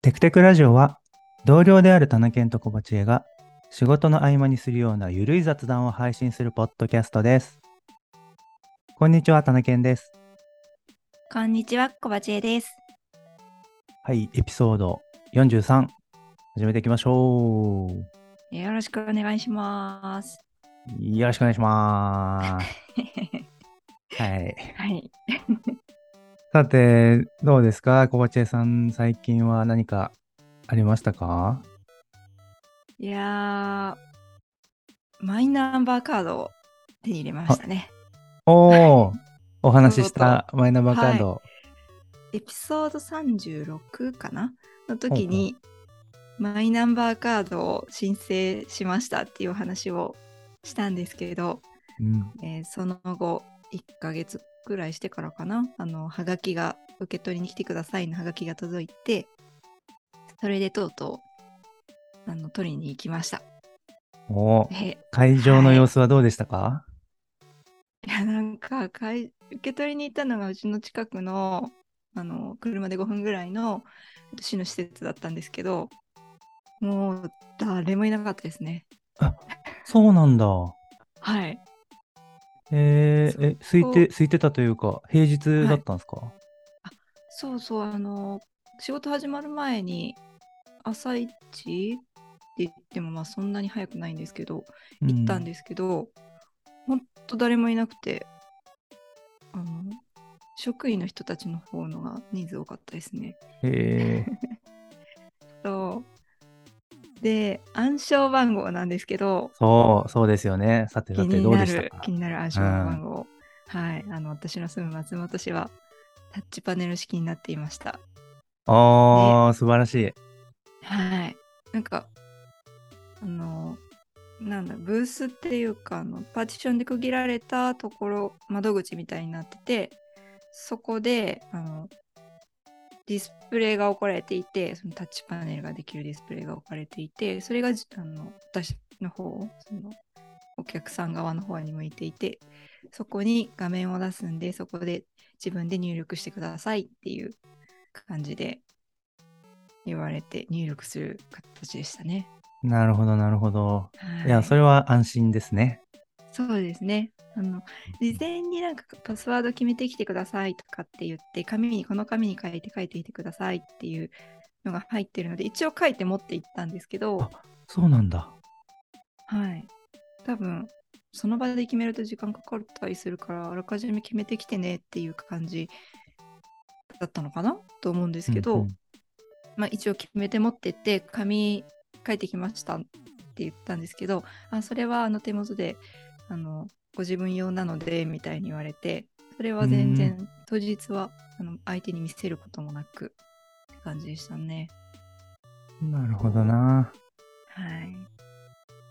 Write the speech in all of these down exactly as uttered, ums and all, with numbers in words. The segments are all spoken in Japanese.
テクテクラジオは同僚であるタナケンとコバチエが仕事の合間にするようなゆるい雑談を配信するポッドキャストです。こんにちは、タナケンです。 こんにちは、こばちえです。 はい、エピソードよんじゅうさん始めていきましょう。 よろしくお願いします。 よろしくお願いします。はい。 はい。 さて、どうですか、コバチエさん、最近は何かありましたか？ いやー、マイナンバーカードを手に入れましは、 たね。 おー、おと話ししうとたマイナンう、 バーカーはい。 ド。 エピソードさんじゅうろくかなのほうほう。 時に、マイナンバーカードを申請しましたっていうお話をしたんですけど、 うん。 えーその後、いっかげつぐらいしてからかな、あの、はがきが、受け取りに来てくださいのはがきが届いて、それでとうとう、あの、取りに行きました。 お、 え、 会場のはい。 様子はどうでしたか？ いや、なんか、かい受け取りに行ったのがうちの近くの、あの、車でごふんぐらいの市の施設だったんですけど、もう誰もいなかったですね。 あ、そうなんだ。 はい。そえー、え、空いて、 こ、 空いてたというか、平日だはい。 ったんですか？ あ、そうそう、あの、仕事始まる前に、朝一って言っても、まあそんなに早くないんですけど、 うん。 行ったんですけど、ほんと誰もいなくて、あの、職員の人たちの方のが人数多かったですね。 えそうで、暗証番号なんですけど、 ー、そう、そうですよね。さてさ気て、どうでになる、気したか？ になる暗うん。 証番号。はい。あの、私の住む松本市はタッチパネル式になっていました。で、 あー、素晴らしい。 はい。なんか、あの、なんだ、ブースっていうか、あの、パーティションで区切られたところ、窓口みたいになってて、そこで、あの、ディスプレイが置かれていて、そのタッチパネルができるディスプレイが置かれていて、それがあの私の方、そのお客さん側の方に向いていて、そこに画面を出すんで、そこで自分で入力してくださいっていう感じで言われて入力する形でしたね。 なるほど、なるほど。いや、そはい。 れは安心ですね。 そうですね。あの、事前になんかパスワード決めてきてくださいとかって言って、紙に、この紙に書いて書いていてくださいっていうのが入ってるので、一応書いて持って行ったんですけど、 あ、そうなんだ。 はい。多分、その場で決めると時間かかったりするから、あらかじめ決めてきてねっていう感じだったのかなと思うんですけど、 うんうん。 まあ一応決めて持ってって、紙書いてきましたって言ったんですけど、あ、それはあの手元で、あの、ご自分用なので、みたいに言われて、それうーは全ん。 然、当日はあの相手に見せることもなくって感じでしたね。 なるほどそう。 な。 はい。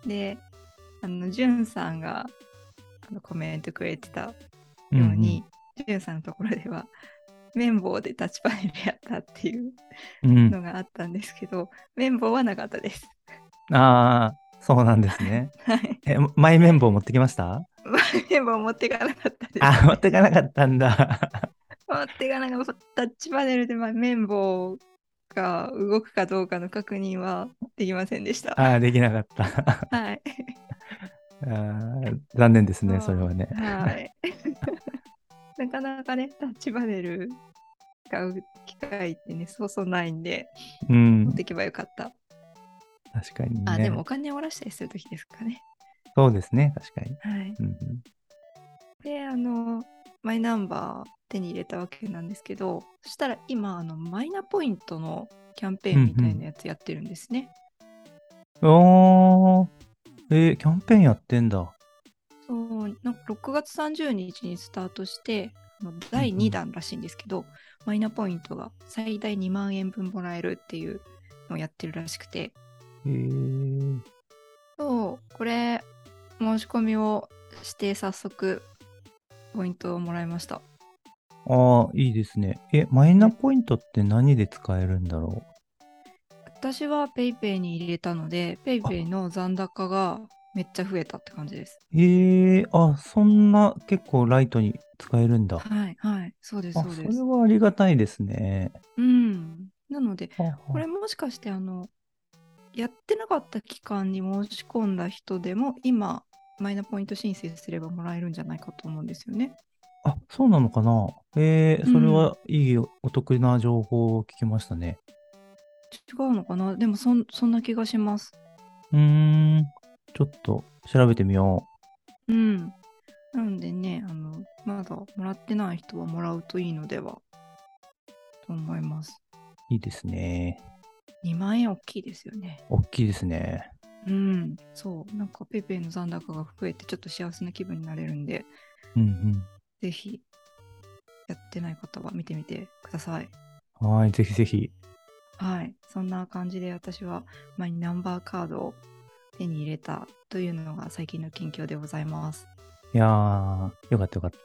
で、あの、じゅんさんがあのコメントくれてたうんうん。 ように、じゅんさんのところでは、綿棒でタッチパネルやったっていううん。 のがあったんですけど、綿棒はなかったです。 あー、そうなんですね。 はい。 え、マイ綿棒持ってきました？ 綿棒持っていかなかったですあ、持っね。 てかなかったんだ。 持っていかなかった。タッチパネルで綿棒が動くかどうかの確認はできませんでした。 あー、できなかった。 はい。 あー、残念ですね、それそうはね。 はい。なかなかね、タッチパネル使う機会ってね、そうそうないんで、 うん、 持っていけばよかった。 確かにあ、でもね。 お金を下ろしたりするときですかね。 そうですね、確かに。 はい。 うんうんで、あの、マイナンバー手に入れたわけなんですけど、そしたら今、あの、マイナポイントのキャンペーンみたいうんなやつやってるんですね。 うん。おー、えーキャンペーンやってんだ。 そう、なんかろくがつさんじゅうにちにちにスタートして、あのだい2 うん弾らしいんですけど、マイナポイントが最大にまん円分もらえるっていうのをやってるらしくて、 うん。えそう、これ、申し込みをして早速、ポイントをもらいました。 ー、ああ、いいですね。え、マイナね、 ポイントって何で使えるんだろ私は PayPay に入れたので、 う。あ、 PayPay の残高がめっちゃ増えたって感じです。 ええ、あ、そんな結構ライトに使えるんだ。 はい、はい、そうです、 あ、それそうです。 はありがたいですね。 うん。 なので、 はあはこれもしかしてあの、やってなかった期間に申し込んだ人でも今、マイナポイント申請すればもらえるんじゃないかと思うんですよね。 あ、あ、そうなのかな。えー、それうん。 はいいお得な情報を聞きましたね。 違うのかな。でもそん、そんな気がします。 うーん、ちょっと調べてみようん。なのでね、あの、まだもらってない人はもらうといいのではと思います。 う。いいですね。 にまん円大きいですよね。 大きいですね。 うん。そう。なんかペイペイの残高が増えてちょっと幸せな気分になれるんで、 うんぜひやってない方は見てみてください。 うん。はい、ぜひぜひ。 はい。そんな感じで私はマイナンバーカードを手に入れたというのが最近の近況でございます。 いやー、よかったよかった。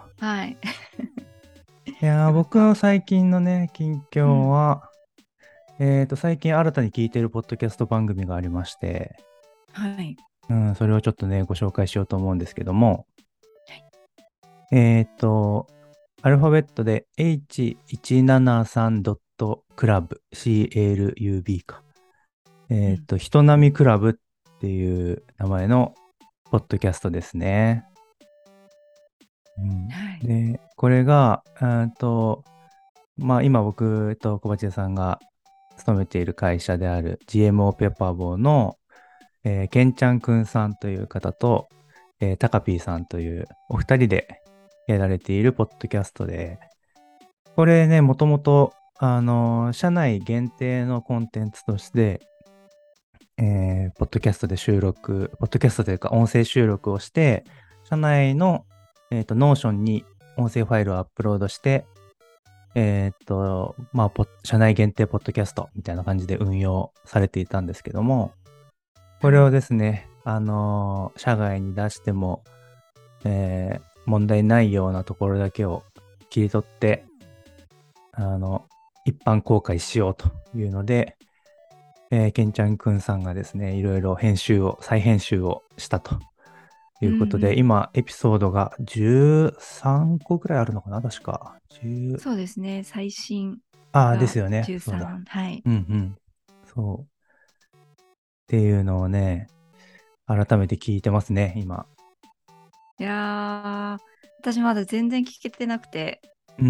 はい。 いやー、 よかった。 僕の最近のね、近況うん。 は、えーと、最近新たに聞いてるポッドキャスト番組がありまして、 はい。 うん、それをちょっとね、ご紹介しようと思うんですけども、 はい。 えーと、アルファベットで エイチいちななさん クラブ、クラブ か。 うん。 えーと、人並みクラブっていう名前のポッドキャストですね。うん、 はい。 で、これが、うーんと、まあ今僕と小鉢さんが勤めている会社である ジーエムオー ペッパーボーの、えー、ケンちゃんくんさんという方と、えー、タカピーさんというお二人でやられているポッドキャストで、これね、もともと、あのー社内限定のコンテンツとして、えー、ポッドキャストで収録、ポッドキャストというか音声収録をして、社内の、えーと、ノーションに音声ファイルをアップロードして、えーっと、まあ、ポ社内限定ポッドキャストみたいな感じで運用されていたんですけども、これをはい。 ですね、あのー社外に出しても、えー問題ないようなところだけを切り取って、あの、一般公開しようというので、えー、ケンちゃんくんさんがですね、いろいろ編集を、再編集をしたというんううことで、 ん。 今、エピソードがじゅうさんこぐらいあるのかな確か。じゅう、 そうですね。最新ああ、でがすよね。そうだ。 じゅうさん。はい。 うんうん。そう。っていうのをね、改めて聞いてますね、今。 いやー、私まだ全然聞けてなくて、 うんうん。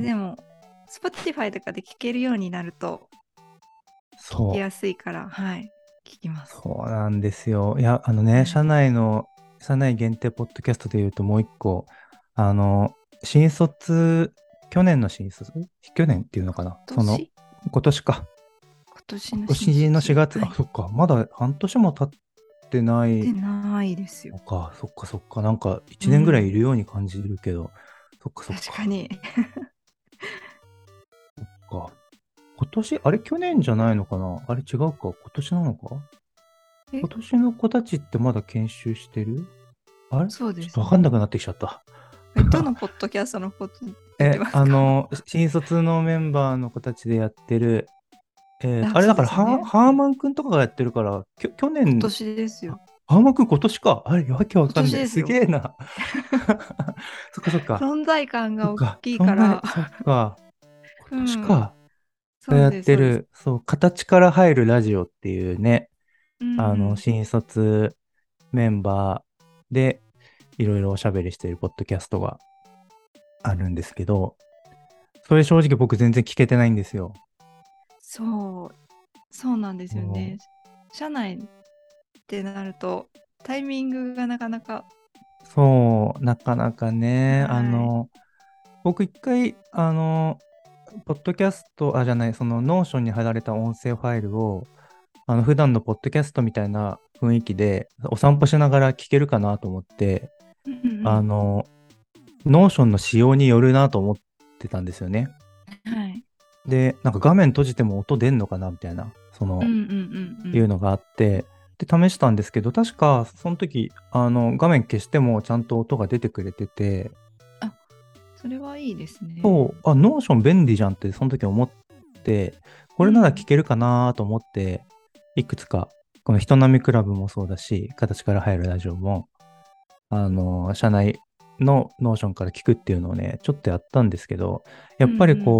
これでも、Spotify とかで聞けるようになると聞きそう。 やすいから、はい。聞きます。 そうなんですよ。いや、あのね、社はい。 内の、社内限定ポッドキャストで言うともう一個、あの、新卒、去年の新卒去年っていうのかなその、 今年今年か。 今年今の新年の卒。 しがつ、あ、 はい。 そっか。まだ半年も経ってないでないですよ。 のか。そっかそっか。なんかう一年ぐらいいん。 るように感じるけど、そっかそっか。 確かに。 か。今年、あれ去年じゃないのかなあれ違うか今年なのかえ、 今年の子たちってまだ研修してるあれちょそうでっとすね。 わかんなくなってきちゃった。 え、どのポッドキャストのこと言ってえ、 ますか？ あの、新卒のメンバーの子たちでやってる、えーと、 あ、そうあれだからハー、 ですよね。 ハーマンくんとかがやってるから、きょ、去年、 今年ですあよ。 ハーマンくん今年か。あれ、わけわ今かんない。す年ですよ。 げえな。そっかそっか。 存在感が大そっか。 きいそんなに、 から。 そっか。今うん。 年か。やっそうです、そうです。 てる、そう、形から入るラジオっていうね、 うあの、 ん。 新卒メンバーでいろいろおしゃべりしているポッドキャストがあるんですけど、それ正直僕全然聞けてないんですよ。 そう、そうなんですよそね。社内ってなると、タイミングがなかなか、 う、そうなかなかね、あはい。 の、僕一回、あの、ポッドキャスト、あ、じゃない、そのノーションに貼られた音声ファイルを、あの、普段のポッドキャストみたいな雰囲気で、お散歩しながら聞けるかなと思って、 うんうんあの、ノーションの仕様によるなと思ってたんですよね。 うん。はい。 で、なんか画面閉じても音出んのかなみたいな、その、 うんうんうんうん。 いうのがあって、で、試したんですけど、確か、その時、あの、画面消してもちゃんと音が出てくれてて、 あ、それはいいですね。 そう、あ、ノーション便利じゃんって、その時思って、これなら聞うん。 けるかなと思って、いくつか、この人並みクラブもそうだし、形から入るラジオも、あの、社内のノーションから聞くっていうのをね、ちょっとやったんですけど、やうんうっぱりん。 こう、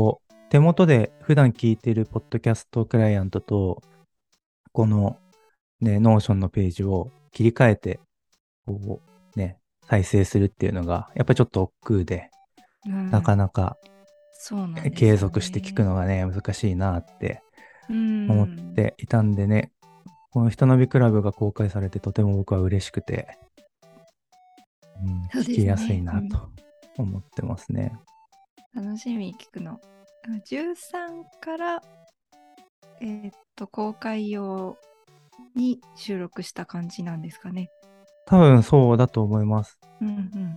手元で普段聞いてるポッドキャストクライアントと、このね、ノーションのページを切り替えて、こうね、再生するっていうのが、やっぱりちょっと億劫で、なかうん。 なかそうなんですよ継続して聞くね。 のがね、難しいなってう思っん。 ていたんでね、この人のびクラブが公開されてとても僕は嬉しくて、うん、 そう聞きやすいですね。うん。 なと思ってますね。 楽しみに聞くの。じゅうさんから、えーっと、公開用に収録した感じなんですかね。 多分そうだと思います。 うんうん。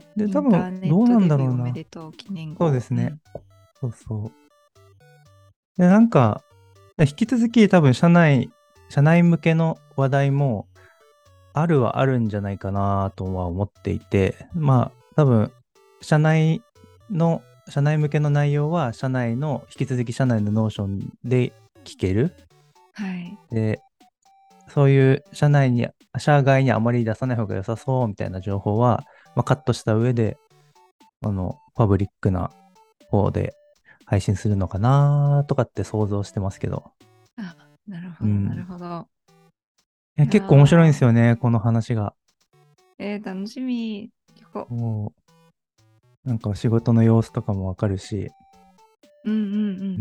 で、 イ多ンターネッ分どうなんトデビューだろうな。 おめでとう記念号。 そうですね。 うん。 そうそう。で、なんか、引き続き多分社内、社内向けの話題もあるはあるんじゃないかなとは思っていて、まあ多分、社内の、社内向けの内容は社内の、引き続き社内のノーションで聞ける。 はい。 で、そういう社内に、社外にあまり出さない方が良さそうみたいな情報は、まあ、カットした上で、あの、パブリックな方で配信するのかなとかって想像してますけど。 あ、なるほど、なるうん。 ほど。 いや、 いや結構面白いんですー、 よね、この話が。 えー楽しみ。聞こもう、なんか仕事の様子とかもわかるし、 う。うんうんうん。 うん、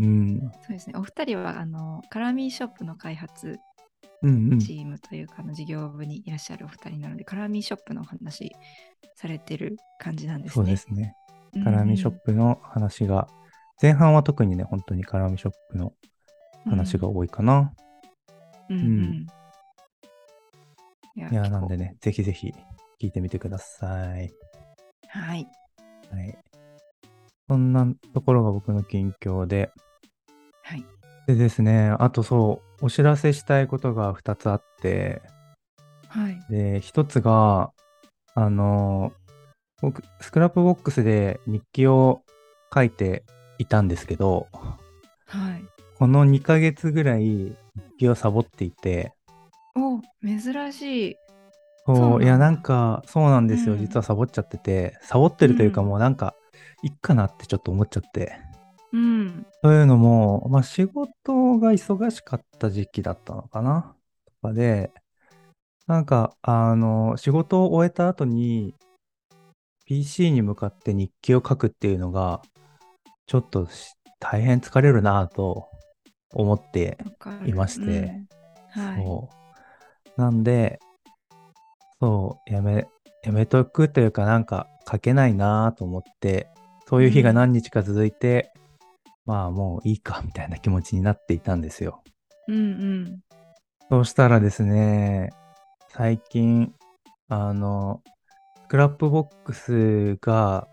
そうですね。お二人は、あの、カラミーショップの開発うんうん、 チームというか、あの事業部にいらっしゃるお二人なので、カラミーショップのお話されてる感じなんですそうでね。 すね。 うんうカラミショッん。 プの話が、前半は特にね、本当にカラミショップのうん話が多いかな。 うんううん。 ん。いや、 いや、 聞こなんでね、ぜひぜひ聞いてみてください。 う。はい。 はい。そんなところが僕の近況で。 はい。 でですね、あとそう、お知らせしたいことがふたつあって、 はい。 で、ひとつが、あの、僕、スクラップボックスで日記を書いていたんですけど、 はい。 このにかげつぐらい日記をサボっていて、 お、珍しい。そうそう、いや、なんなんだ。 か、そうなんですよ。実うん。 はサボっちゃってて、サボってるというかうん。 もうなんか、いっかなってちょっと思っちゃって。 うん。 というのも、まあ仕事が忙しかった時期だったのかなとかで、なんか、あの、仕事を終えた後に ピーシー に向かって日記を書くっていうのが、ちょっとし大変疲れるなぁと思ってわかいまる。 して、 うん。はい。 そう。なんで、そう、やめ、やめとくというかなんか書けないなぁと思って、そういう日がうん。 何日か続いて、まあもういいかみたいな気持ちになっていたんですよ。 うんうん。 そうしたらですね、最近、あの、スクラップボックスが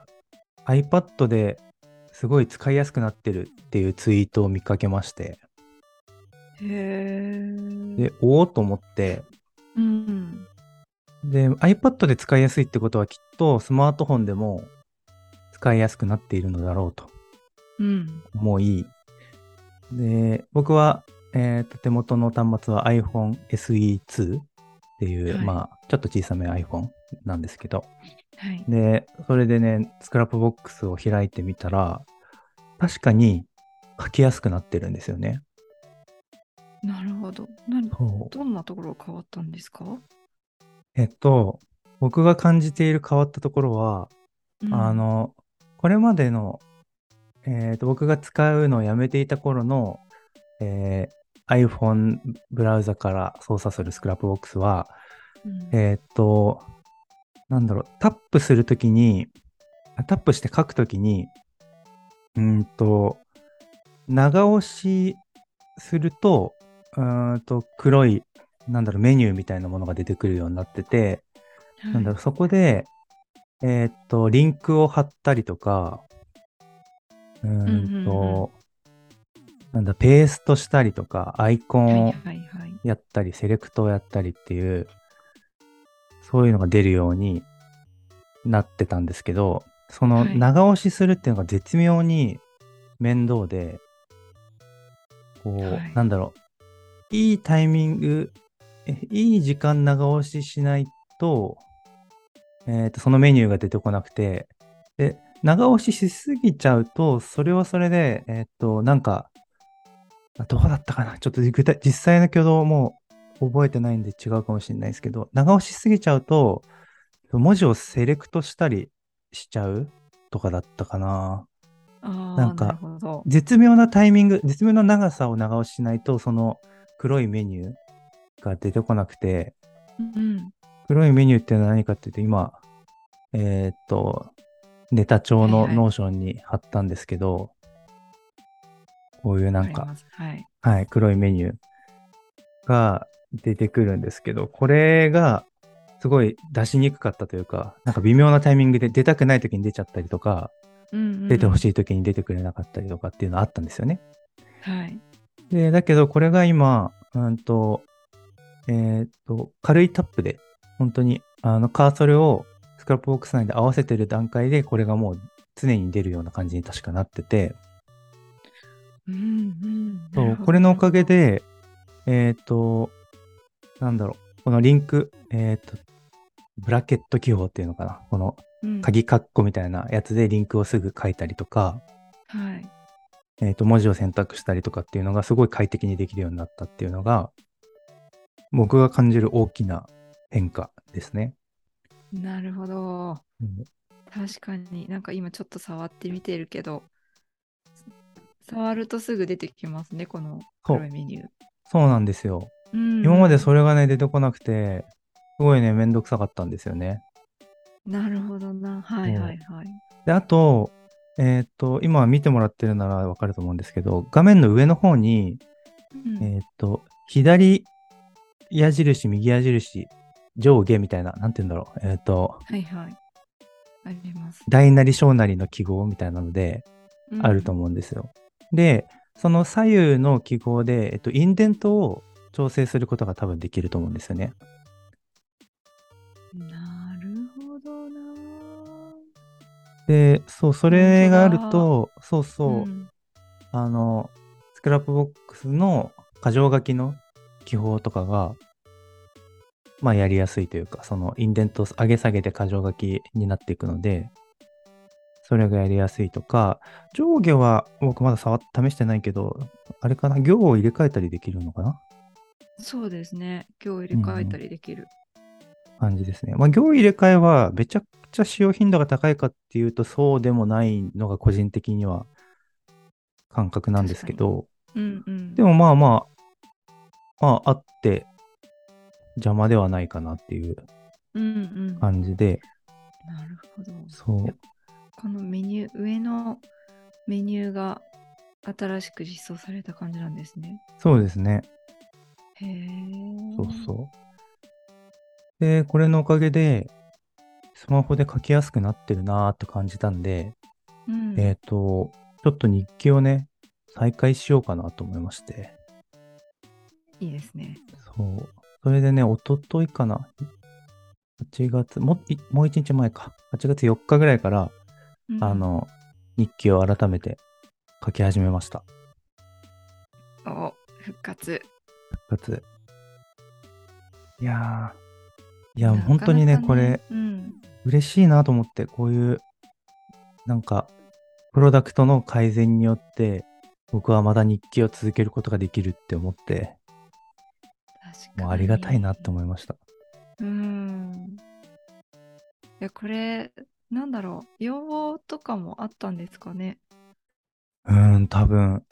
iPad ですごい使いやすくなってるっていうツイートを見かけまして、 へえ。 で、おおと思って、 うん。 で、iPad で使いやすいってことはきっとスマートフォンでも使いやすくなっているのだろうとうん。 思い、で、僕は、えーと、手元の端末は iPhone エスイーツー っていう、 はい。 まあ、ちょっと小さめ iPhone なんですけど、 はい。 で、それでね、スクラップボックスを開いてみたら、確かに書きやすくなってるんですよね。 なるほど。な、 そう。 どんなところが変わったんですか？ えっと、僕が感じている変わったところは、 うん。 あの、これまでの、えっと、僕が使うのをやめていた頃の、えー iPhone ブラウザから操作するスクラップボックスは、 うん。 えっと、なんだろう、タップするときに、タップして書くときに、うーんと、長押しすると、うーんと、黒い、なんだろう、メニューみたいなものが出てくるようになってて、なんだろう、 はい。 そこで、えーっと、リンクを貼ったりとか、うーうんうんんうん。 と、なんだ、ペーストしたりとか、アイコンをはいはいはい。 やったり、セレクトをやったりっていう、そういうのが出るようになってたんですけど、そのはい。 長押しするっていうのが絶妙に面倒で、こう、なはい。 んだろう、いいタイミング、えいい時間長押ししないと、えーと、そのメニューが出てこなくて、で、 長押ししすぎちゃうと、それはそれで、えーっと、なんか、どうだったかな。ちょっと具体、実際の挙動も覚えてないんで違うかもしれないですけど、長押ししすぎちゃうと、文字をセレクトしたりしちゃうとかだったかな。なああ、なるんか、 ほど。 絶妙なタイミング、絶妙な長さを長押ししないと、その黒いメニューが出てこなくて、 うん。 黒いメニューっていうのは何かっていうと、今、えーっと、ネタ帳はいはい。 のノーションに貼ったんですけど、こういうなんか、 わかります。はい。 はい、黒いメニューが出てくるんですけど、これがすごい出しにくかったというか、なんか微妙なタイミングで出たくない時に出ちゃったりとか、 うんう出てほん。 しい時に出てくれなかったりとかっていうのあったんですよね。 はい。 で、だけどこれが今、うんと、えーっと、軽いタップで、本当に、あの、カーソルをスクラップボックス内で合わせてる段階で、これがもう常に出るような感じに確かなってて、 うんうん。なそう、 るほど、 これのおかなるほど。 げで、えーっと、なんだろう、このリンク、えーっと、ブラケット記号っていうのかな、このうん。 鍵括弧みたいなやつでリンクをすぐ書いたりとか、 はい。 えーっと、文字を選択したりとかっていうのがすごい快適にできるようになったっていうのが、僕が感じる大きな変化ですね。 なるほど。 うん、 確かになんか今ちょっと触ってみてるけど、触るとすぐ出てきますね、このそう、 黒いメニュー。 そうなんですよ。 うん今までうん。 それがね、出てこなくて、すごいね、めんどくさかったんですよね。 なるほどな。はいはそういはい。 で、あと、えーっと、今見てもらってるならわかると思うんですけど、画面の上の方に、 うん。 えーっと、左矢印、右矢印、上下みたいな、なんて言うんだろう。えーっと、 はいはい。あります。 大なり小なりの記号みたいなので、あるとうん。 思うんですよ。で、その左右の記号で、えっと、インデントを調整することが多分できると思うんですよね。 なるほどな。 で、そう、そ本当れがあるだ。 と、そうそう、 うん。 あの、スクラップボックスの箇条書きの記法とかが、まあやりやすいというか、そのインデントを上げ下げて箇条書きになっていくので、それがやりやすいとか、上下は僕まだ触っ試してないけど、あれかな、行を入れ替えたりできるのかな。 そうですね。今日入れ替えたうんうん、 りできる。 感じですね。まあ行入れ替えはめちゃくちゃ使用頻度が高いかっていうとそうでもないのが個人的には感覚なんで確かに。 すけど、 うんうん。 でもまあまあ、まああって邪魔ではないかなっていううんうん。 感じで、 なるほど。 そう、 やっぱこのメニュー、上のメニューが新しく実装された感じなんですね。 そうですね。 へそうえ。 そう。で、これのおかげで、スマホで書きやすくなってるなーって感じたんで、 うん。 えっと、ちょっと日記をね、再開しようかなと思いまして。 いいですね。 そう。それでね、おとといかな。はちがつ、もうい、もう一日前か。はちがつよっかぐらいから、 うん。 あの、日記を改めて書き始めました。 お、復活。 復活。いやー、いや、 なかな本当にね、 かね。 これ、 うん。 嬉しいなと思って、こういう、なんか、プロダクトの改善によって、僕はまだ日記を続けることができるって思って、もうあ確かりがたいなってに。 思いました。 うん。いや、これ、なんだろう。要望とかもあったんですかね。 うーん、多分、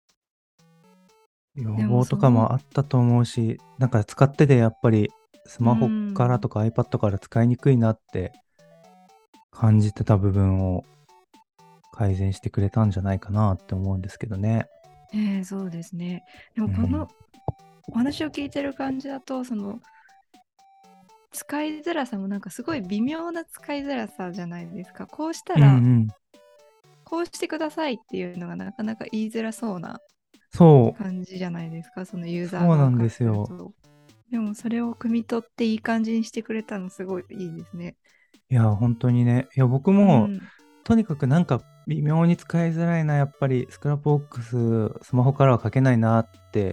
要でも、 望とかその、 もあったと思うし、なんか使っててやっぱりスうマホからん。 とか iPad から使いにくいなって感じてた部分を改善してくれたんじゃないかなって思うんですけどね。 ええ、そうですね。でも、 うん。 このお話を聞いてる感じだと、その、使いづらさもなんかすごい微妙な使いづらさじゃないですか。こうしたうんうら、 ん。 こうしてくださいっていうのがなかなか言いづらそうなそう、 感じじゃないですか、そのユーザーそうなんで側からすよ。 すると。でもそれを汲み取っていい感じにしてくれたのすごいいいですね。 いや、本当にね。いや、僕も、 うん。 とにかくなんか微妙に使いづらいな、やっぱりスクラップボックス、スマホからは書けないなって、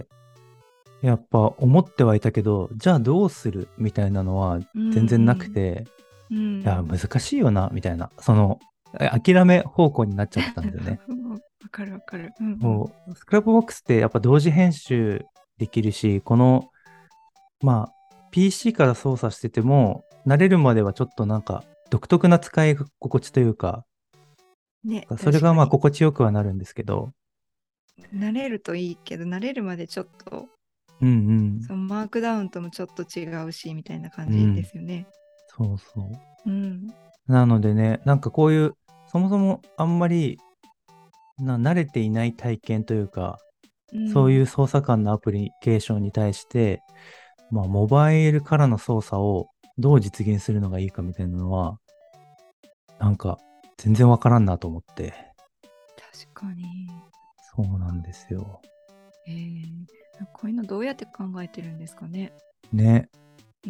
やっぱ思ってはいたけど、じゃあどうするみたいなのはうん全然なくて、 うん。ういや、 ん。 難しいよな、みたいな。その、 諦め方向になっちゃったんですよね。 わかるわかる。うんうん。 もう、スクラップボックスってやっぱ同時編集できるし、この、まあ、ピーシー から操作してても、慣れるまではちょっとなんか独特な使い心地というか、 ね、 それがまあ確かに。 心地よくはなるんですけど、 慣れるといいけど、慣れるまでちょっと、 うんそのマークダウンともちょっと違うし、みたいな感うん、 じうん、 ですよね。 そうそう。 うん。 なのでね、なんかこういう、そもそもあんまりな慣れていない体験というか、 うん。 そういう操作感のアプリケーションに対して、まあ、モバイルからの操作をどう実現するのがいいかみたいなのは、なんか全然わからんなと思って。 確かに。 そうなんですよ。 えー、こういうのどうやって考えてるんですかね。 ね。 うん。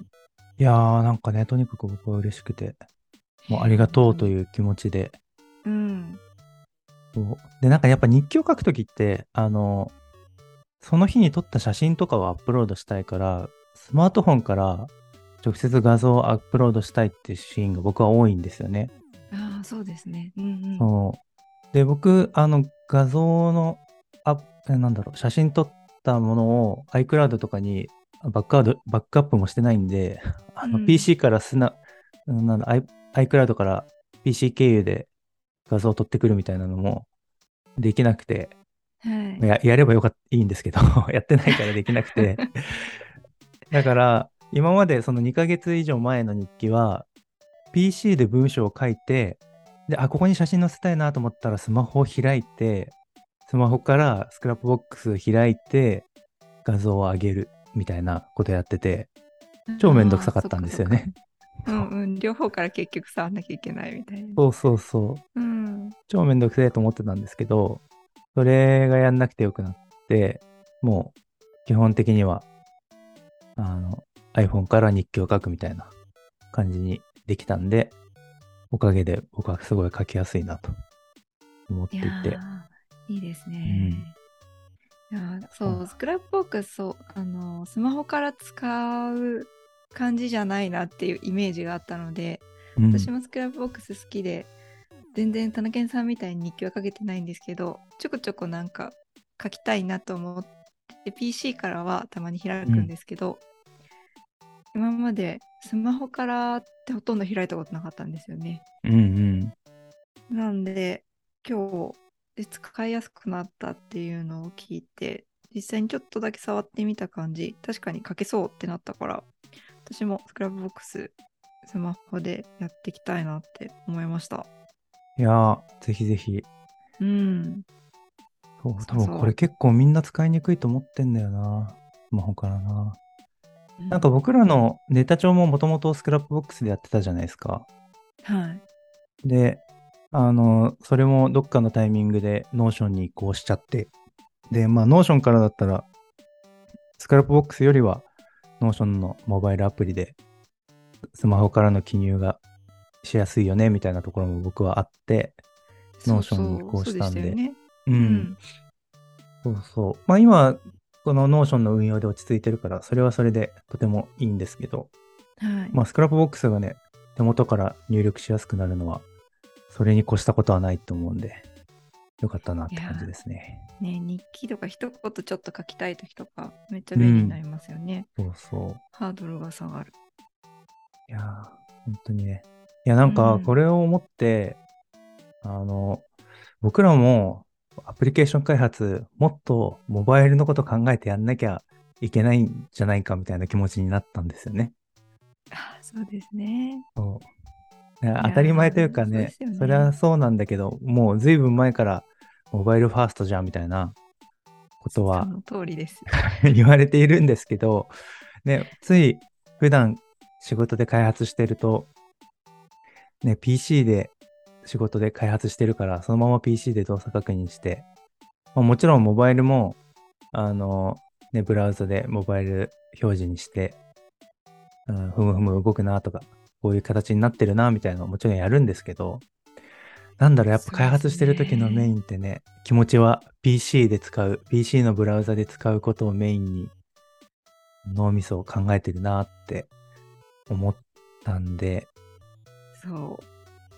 いやーなんかね、とにかく僕は嬉しくて、 えー、 もうありがとうと本当に。 いう気持ちで。 うん。 そうで、なんかやっぱ日記を書くときって、あの、その日に撮った写真とかをアップロードしたいから、スマートフォンから直接画像をアップロードしたいっていうシーンが僕は多いんですよね。 ああ、そうですね。うんうん。 そう。で、僕、あの、画像のアップ、えなんだろう、写真撮ったものを iCloud とかにバックアウト、バックアップもしてないんで、あの、 うん。 ピーシー からすな、うんなんだ、I- iCloud から ピーシー 経由で画像を撮ってくるみたいなのもできなくて、 はい。 や、やればよかった、いいんですけど、やってないからできなくて。だから、今までそのにかげつ以上前の日記は、ピーシー で文章を書いて、で、あ、ここに写真載せたいなと思ったらスマホを開いて、スマホからスクラップボックス開いて画像を上げるみたいなことやってて、超めんどくああ、 さかったんそっかそっか。 ですよね。 うんうん。両方から結局触んなきゃいけないみたいな。 そうそうそう。 うん。 超めんどくせえと思ってたんですけど、それがやんなくてよくなって、もう基本的にはあの iPhone から日記を書くみたいな感じにできたんで、おかげで僕はすごい書きやすいなと思っいやていて。 ー、いいですうん。 ね。いやー、 そうなそう、スクラップボックス、そう、あのースマホから使う感じじゃないなっていうイメージがあったので、 うん。 私もスクラップボックス好きで、全然田中さんみたいに日記はかけてないんですけど、ちょこちょこなんか書きたいなと思って、ピーシー からはたまに開くんうん。 ですけど、今までスマホからってほとんど開いたことなかったんですよね。 うん。 なんで、今日使いやすくなったっていうのを聞いて、実際にちょっとだけ触ってみた感じ、確かに書けそうってなったから、私もスクラップボックススマホでやっていきたいなって思いました。 いやー、ぜひぜひ。 うん、 そう、多分これそうそ結構みんな使いにくいと思ってんだよな。スマホからな。 う。うん、 なんか僕らのネタ帳ももともとスクラップボックスでやってたじゃないですか。 はい。 で、あの、それもどっかのタイミングでノーションに移行しちゃって。で、まあ、ノーションからだったら、スクラップボックスよりは、ノーションのモバイルアプリで、スマホからの記入がしやすいよね、みたいなところも僕はあって、 そうノーションに移そう、 行そうでしたんで、 したよね。 うん、 うん。 そうそう。まあ今、このノーションの運用で落ち着いてるから、それはそれでとてもいいんですけど、 はい。 まあスクラップボックスがね、手元から入力しやすくなるのは、それに越したことはないと思うんで、よかったなって感じいやですね。 ー、ね、日記とか一言ちょっと書きたいときとか、めっちゃうん。 便利になりますよね。 そうそう。 ハードルが下がる。 いやー、本当にね。いや、なんか、 うん。 これを思って、あの、僕らもアプリケーション開発、もっとモバイルのこと考えてやんなきゃいけないんじゃないかみたいな気持ちになったんですよね。 あ、そうですね。 そう。だからいや当たり前というー、 かね、 そうですよそれはね。 そうなんだけど、もうずいぶん前からモバイルファーストじゃんみたいなことはその通りです。 言われているんですけど、ね、つい普段仕事で開発してると、ね、ピーシー で仕事で開発してるから、そのまま ピーシー で動作確認して、まあ、もちろんモバイルも、あの、ね、ブラウザでモバイル表示にして、うん、ふむふむ動くなとか、こういう形になってるなみたいなのももちろんやるんですけど、なんだろう、やっぱ開そうです発してる時のメイね。 ンってね、気持ちは ピーシー で使う、ピーシー のブラウザで使うことをメインに脳みそを考えてるなって思ったんで、 そう。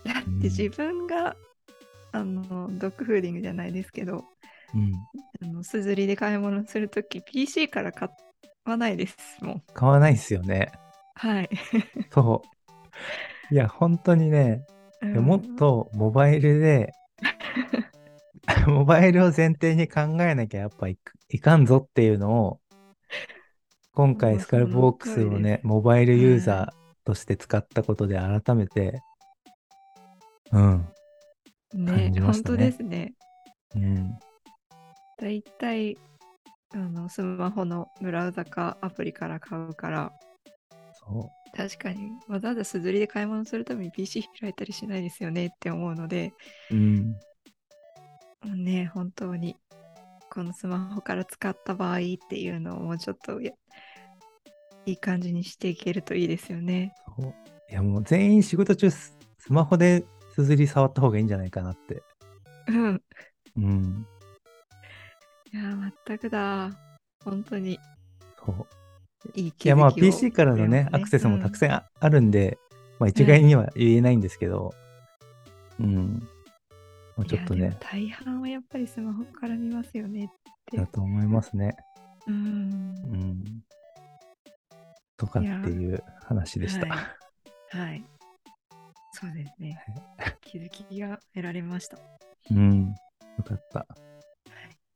だって自うん。 分があのドッグフーディングじゃないですけど、 うん。 あのすずりで買い物するとき ピーシー から買わないですもん。 買わないっすよね。 はい。 そう。いや、本当にね、 ういやもっん。 とモバイルで、モバイルを前提に考えなきゃやっぱいくいかんぞっていうのを、今回もうスカルプそのボックスをね、 通りです。 モバイルユーはザーとして使ったことで改めて、うん、 い。ね、 感じまし本当でたね。 すね。 うん。 だいたいあのスマホのブラウザかアプリから買うから、 そ確かにわざわざすずりで買い物するために ピーシー 開いたりしないですよねって思うので、 う。うん。 ね、本当にこのスマホから使った場合っていうのをもうちょっとやいい感じにしていけるといいですよね。 そう。いや、もう全員仕事中ス、スマホですずり触った方がいいんじゃないかなって。 うん。 うん。 いや、全くだ。本当にそう。 いいいや、まあ気づきをピーシー からくのね、 れましたね。 アクセスもたくうん。 さんあ、あるんで、まあ一はい。 概には言えないんですけど、うん。まあ、 いや、でもちょっとね、 大半はやっぱりスマホから見ますよねって。 だと思いますね。 うん。 うん。とかっいや、 ていう話でした。 はい。はい。そうですね。気づきが得られました。はうん。よかった。 い。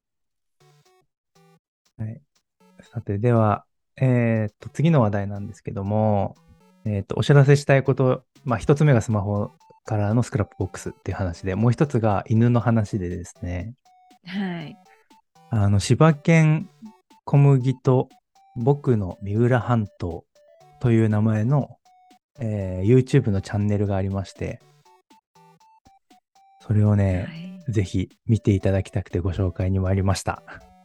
はい。さて、では、えーっと、次の話題なんですけども、えーっと、お知らせしたいこと、まあ、一つ目がスマホからのスクラップボックスっていう話で、もう一つが犬の話でですね、 はい。 あの、柴犬小麦と僕の三浦半島という名前の、えー YouTube のチャンネルがありまして、それをね、 はい。 ぜひ見ていただきたくてご紹介に参りました。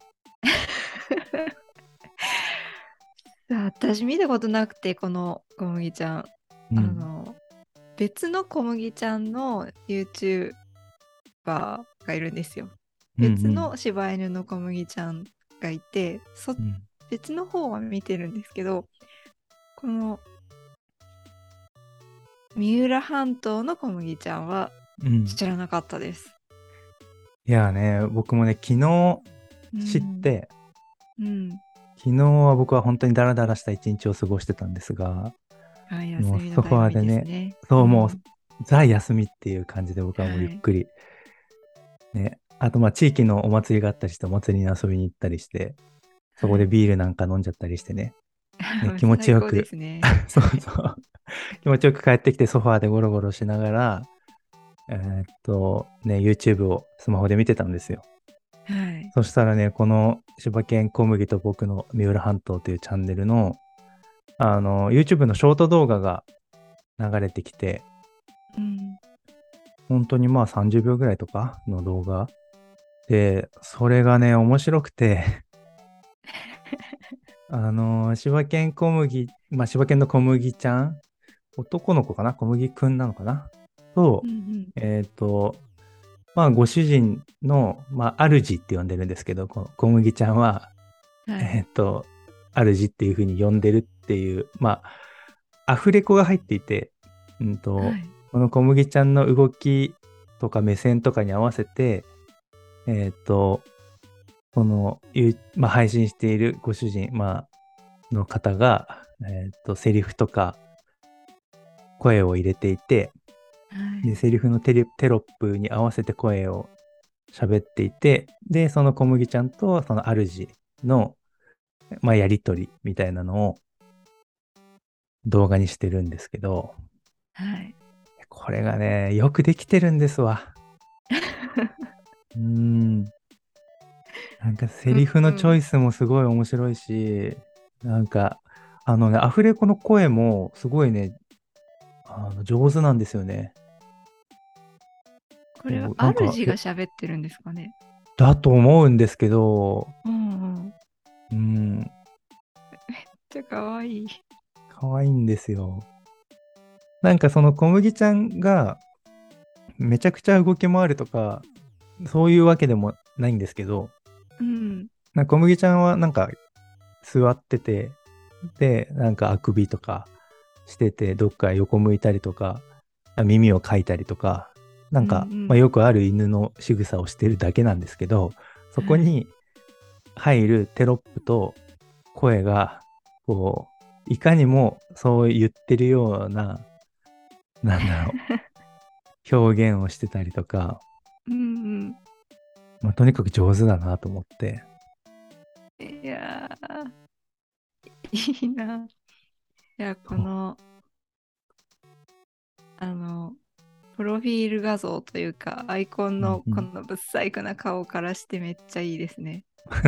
私見たことなくて、この小麦ちゃん。あうん。 の、別の小麦ちゃんの YouTuber がいるんですよ。 うんうん。 別の柴犬の小麦ちゃんがいて、そうん。 別の方は見てるんですけど、この三浦半島の小麦ちゃんはうん。 知らなかったです。 いやーね、僕もね、昨日うん。 知って、 うん。 昨日は僕は本当にダラダラした一日を過ごしてたんですが、 あ、休みのもうソフ醍醐味ですァーでね、 ね。 そう、もううん。 ザ休みっていう感じで僕はもうゆっはい。 くり、ね、あとまあ地域のお祭りがあったりして、お祭りに遊びに行ったりして、そこではい。 ビールなんか飲んじゃったりしてね、ね、気持ち最高でよく、 すね。 そうそう、気持ちよく帰ってきてソファーでゴロゴロしながら、えーっと、ね、YouTube をスマホで見てたんですよ。 はい。 そしたらね、この柴犬小麦と僕の三浦半島というチャンネルの、あの、YouTube のショート動画が流れてきて、 うん。 本当にまあさんじゅうびょうぐらいとかの動画で、それがね、面白くて、あの、柴犬小麦、まあ柴犬の小麦ちゃん、男の子かな小麦くんなのかなと、 うんうん。 えっと、まあご主人の、まあ主って呼んでるんですけど、この小麦ちゃんは、 はい。 えっと、主っていう風に呼んでるっていう、まあ、アフレコが入っていて、うんと、 はい。 この小麦ちゃんの動きとか目線とかに合わせて、えっと、この、ゆまあ、配信しているご主人、まあ、の方が、えっと、セリフとか声を入れていて、で、 はい。 セリフのテレテロップに合わせて声を喋っていて、で、その小麦ちゃんとその主の、まあ、やりとりみたいなのを動画にしてるんですけど、 はい。 これがね、よくできてるんですわ。うーん。なんかセうんリフのチョイうん。 スもすごい面白いし、なんか、あのね、アフレコの声もすごいね、あの上手なんですよね。 これはそうなんか、いや、 主が喋ってるんですかね。 だと思うんですけど、 うんうん。 うん、 ちゃかわいい。 可愛いんですよ。なんかその小麦ちゃんがめちゃくちゃ動き回るとか、そういうわけでもないんですけど、 うん。 なんか小麦ちゃんはなんか座ってて、で、なんかあくびとかしてて、どっか横向いたりとか、 耳をかいたりとか、なんか、 うんうんまあ、よくある犬の仕草をしてるだけなんですけど、そこに入るテロップと声が、こう、いかにもそう言ってるような、なんだろう、表現をしてたりとか、 うんうんまあ、とにかく上手だなと思って。 いやー、いいな。いや、この、あの、プロフィール画像というか、アイコンのうんうんこのぶっ細工な顔からしてめっちゃいいですね。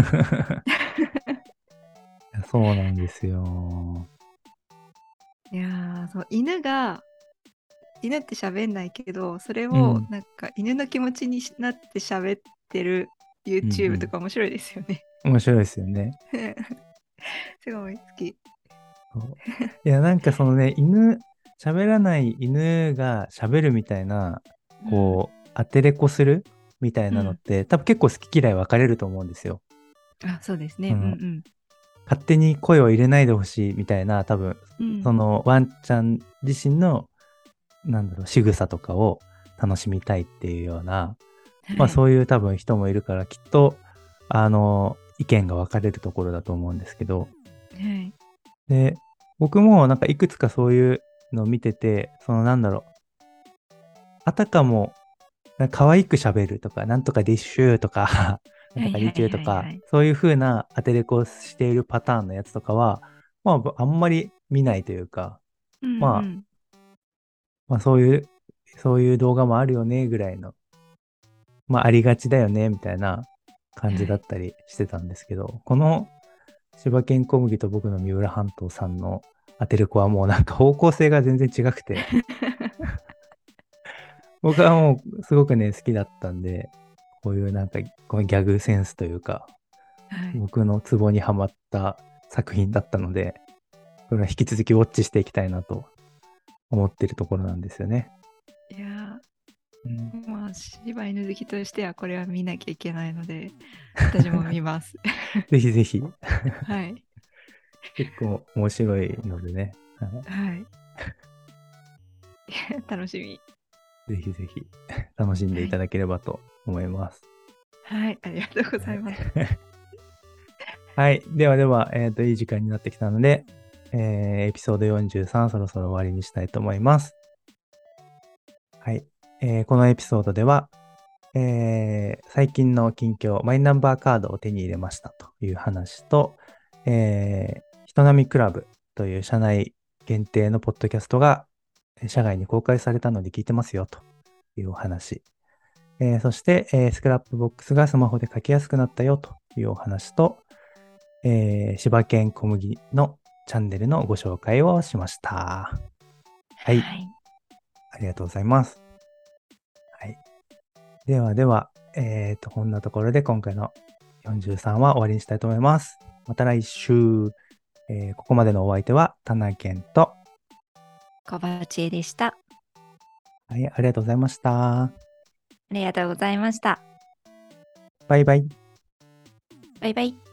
そうなんですよ。 いやー、そう、犬が、犬って喋んないけど、それをうん。 なんか犬の気持ちになって喋ってるうんう YouTube とん。 か面白いですよね。 面白いですよね。 すごい好き。 そういや、なんかそのね、犬、喋らない犬が喋るみたいな、 うん。 こう、当てれこするみたいうん。 なのって、多分結構好き嫌い分かれると思うんですよ。 あ、そうですね。うんううん、 ん。 勝手に声を入れないでほしいみたいな、多分、 うん。 そのワンちゃん自身の、なんだろう、仕草とかを楽しみたいっていうような、まあはい。 そういう多分人もいるから、きっと、あの、意見が分かれるところだと思うんですけど、 はい。 で、僕もなんかいくつかそういうのを見てて、そのなんだろう、あたかも、なんか可愛く喋るとか、なんとかディッシュとかなんはいとかディチューはいとか、 はいはい。 そういう風な当てれこをしているパターンのやつとかは、まあ、あんまり見ないというか、 うんうまあ、 ん。 まあそういう、そういう動画もあるよね、ぐらいの、まあありがちだよね、みたいな感じだっはい。 たりしてたんですけど、この柴犬小麦と僕の三浦半島さんの当てる子はもうなんか方向性が全然違くて、僕はもうすごくね、好きだったんで、こういうなんか、このギャグセンスというか、 はい。 僕のツボにはまった作品だったので、これは引き続きウォッチしていきたいなと思ってるところなんですよね。 いやうん、 ー、まあ、柴犬好きとしてはこれは見なきゃいけないので、私も見ます。 ぜひぜひ、 はい。 結構面白いのでね、はい、 はい。楽しみ。 ぜひぜひ楽しんではい。 いただければと思います。 はい。ありがとうごはい。 ざいます。 はい。ではでは、えっと、いい時間になってきたので、えーエピソードよんじゅうさんそろそろ終わりにしたいと思います。はい。えーこのエピソードでは、えー最近の近況、マイナンバーカードを手に入れましたという話と、えー人並みクラブという社内限定のポッドキャストがえー社外に公開されたので聞いてますよというお話。えーそして、えースクラップボックスがスマホで書きやすくなったよというお話と、えー、柴犬小麦のチャンネルのご紹介をしました。はい。 はい。 ありがとうございます。はい。ではでは、えっと、こんなところで今回のよんじゅうさんは終わりにしたいと思います。また来週、えーここまでのお相手は、タナケンと、 小鉢でした。 はい、ありがとうございました。 ありがとうございました。 バイバイ。 バイバイ。